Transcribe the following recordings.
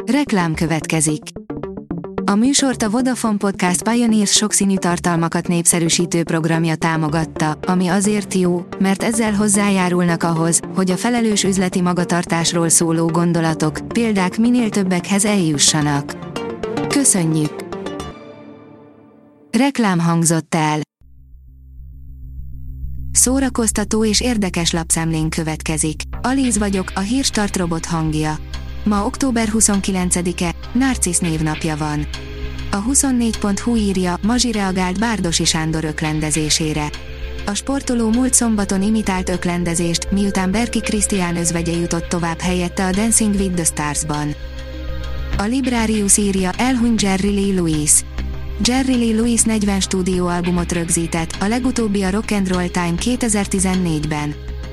Reklám következik. A műsort a Vodafone Podcast Pioneers sokszínű tartalmakat népszerűsítő programja támogatta, ami azért jó, mert ezzel hozzájárulnak ahhoz, hogy a felelős üzleti magatartásról szóló gondolatok, példák minél többekhez eljussanak. Köszönjük! Reklám hangzott el. Szórakoztató és érdekes lapszemlén következik. Alíz vagyok, a Hírstart robot hangja. Ma október 29-e, Narcisz névnapja van. A 24.hu írja, Mazsi reagált Bárdossy Sándor öklendezésére. A sportoló múlt szombaton imitált öklendezést, miután Berki Krisztián özvegye jutott tovább helyette a Dancing with the Stars-ban. A Librarius írja, elhunyt Jerry Lee Lewis. Jerry Lee Lewis 40 stúdióalbumot rögzített, a legutóbbi a Rock and Roll Time 2014-ben.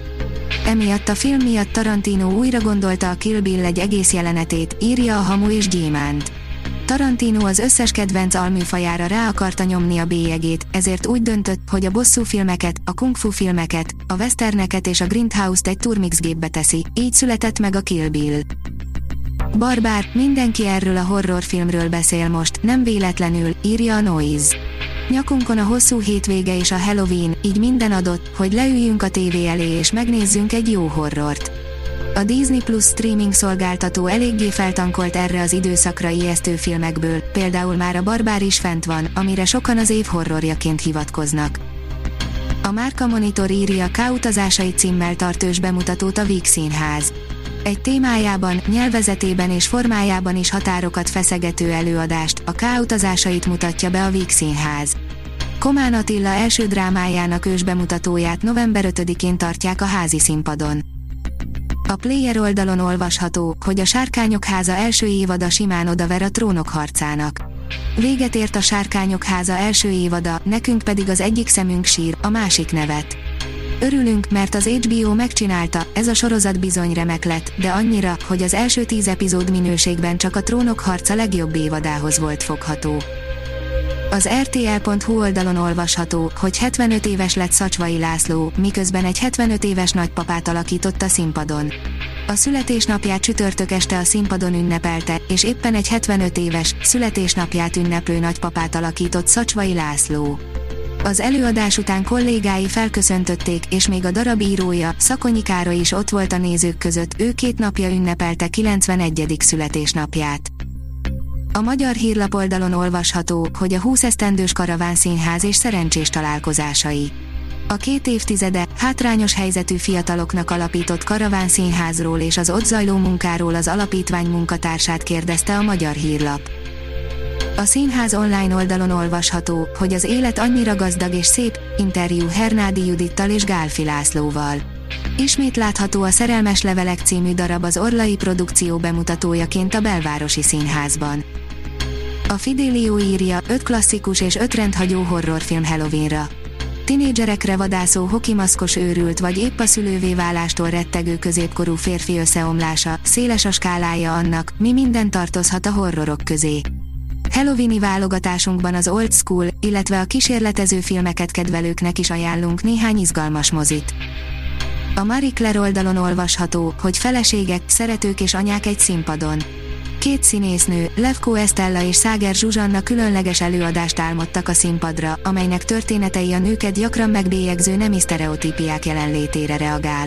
Emiatt a film miatt Tarantino újra gondolta a Kill Bill egy egész jelenetét, írja a Hamu és Gyémánt. Tarantino az összes kedvenc alműfajára rá akarta nyomni a bélyegét, ezért úgy döntött, hogy a bosszúfilmeket, a kungfu filmeket, a westerneket és a Grindhouse-t egy turmixgépbe teszi, így született meg a Kill Bill. Barbár, mindenki erről a horrorfilmről beszél most, nem véletlenül, írja a Noise. Nyakunkon a hosszú hétvége és a Halloween, így minden adott, hogy leüljünk a tévé elé és megnézzünk egy jó horrort. A Disney Plus streaming szolgáltató eléggé feltankolt erre az időszakra ijesztő filmekből, például már a Barbár is fent van, amire sokan az év horrorjaként hivatkoznak. A Márka Monitor írja, K-utazásai címmel tart ősbemutatót a Víg Színház. Egy témájában, nyelvezetében és formájában is határokat feszegető előadást, a K-utazásait mutatja be a Víg Színház. Komán Attila első drámájának ősbemutatóját november 5-én tartják a Házi színpadon. A Player oldalon olvasható, hogy a Sárkányok háza első évada simán odaver a Trónok harcának. Véget ért a Sárkányok háza első évada, nekünk pedig az egyik szemünk sír, a másik nevet. Örülünk, mert az HBO megcsinálta, ez a sorozat bizony remek lett, de annyira, hogy az első 10 epizód minőségben csak a Trónok harca legjobb évadához volt fogható. Az RTL.hu oldalon olvasható, hogy 75 éves lett Szacsvai László, miközben egy 75 éves nagypapát alakított a színpadon. A születésnapját csütörtök este a színpadon ünnepelte, és éppen egy 75 éves, születésnapját ünneplő nagypapát alakított Szacsvai László. Az előadás után kollégái felköszöntötték, és még a darab írója, Szakonyi Károly is ott volt a nézők között, ő 2 napja ünnepelte 91. születésnapját. A Magyar Hírlap oldalon olvasható, hogy a 20 esztendős Karavánszínház és szerencsés találkozásai. A 2 évtizede, hátrányos helyzetű fiataloknak alapított Karavánszínházról és az ott zajló munkáról az alapítvány munkatársát kérdezte a Magyar Hírlap. A színház online oldalon olvasható, hogy az élet annyira gazdag és szép, interjú Hernádi Judittal és Gálfi Lászlóval. Ismét látható a Szerelmes levelek című darab az Orlai produkció bemutatójaként a Belvárosi Színházban. A Fidelio írja, 5 klasszikus és 5 rendhagyó horrorfilm Halloweenra. Tinédzserekre vadászó hokimaszkos őrült vagy épp a szülővé válástól rettegő középkorú férfi összeomlása, széles a skálája annak, mi minden tartozhat a horrorok közé. Halloweeni válogatásunkban az old school, illetve a kísérletező filmeket kedvelőknek is ajánlunk néhány izgalmas mozit. A Marie Claire oldalon olvasható, hogy feleségek, szeretők és anyák egy színpadon. 2 színésznő, Levko Esztella és Száger Zsuzsanna különleges előadást álmodtak a színpadra, amelynek történetei a nőket gyakran megbélyegző nemi sztereotípiák jelenlétére reagál.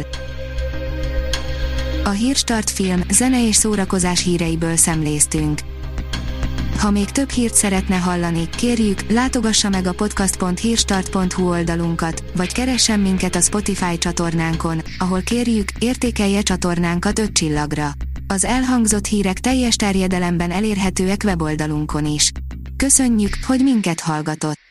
A Hírstart film, zene és szórakozás híreiből szemléztünk. Ha még több hírt szeretne hallani, kérjük, látogassa meg a podcast.hírstart.hu oldalunkat, vagy keressen minket a Spotify csatornánkon, ahol kérjük, értékelje csatornánkat 5 csillagra. Az elhangzott hírek teljes terjedelemben elérhetőek weboldalunkon is. Köszönjük, hogy minket hallgatott!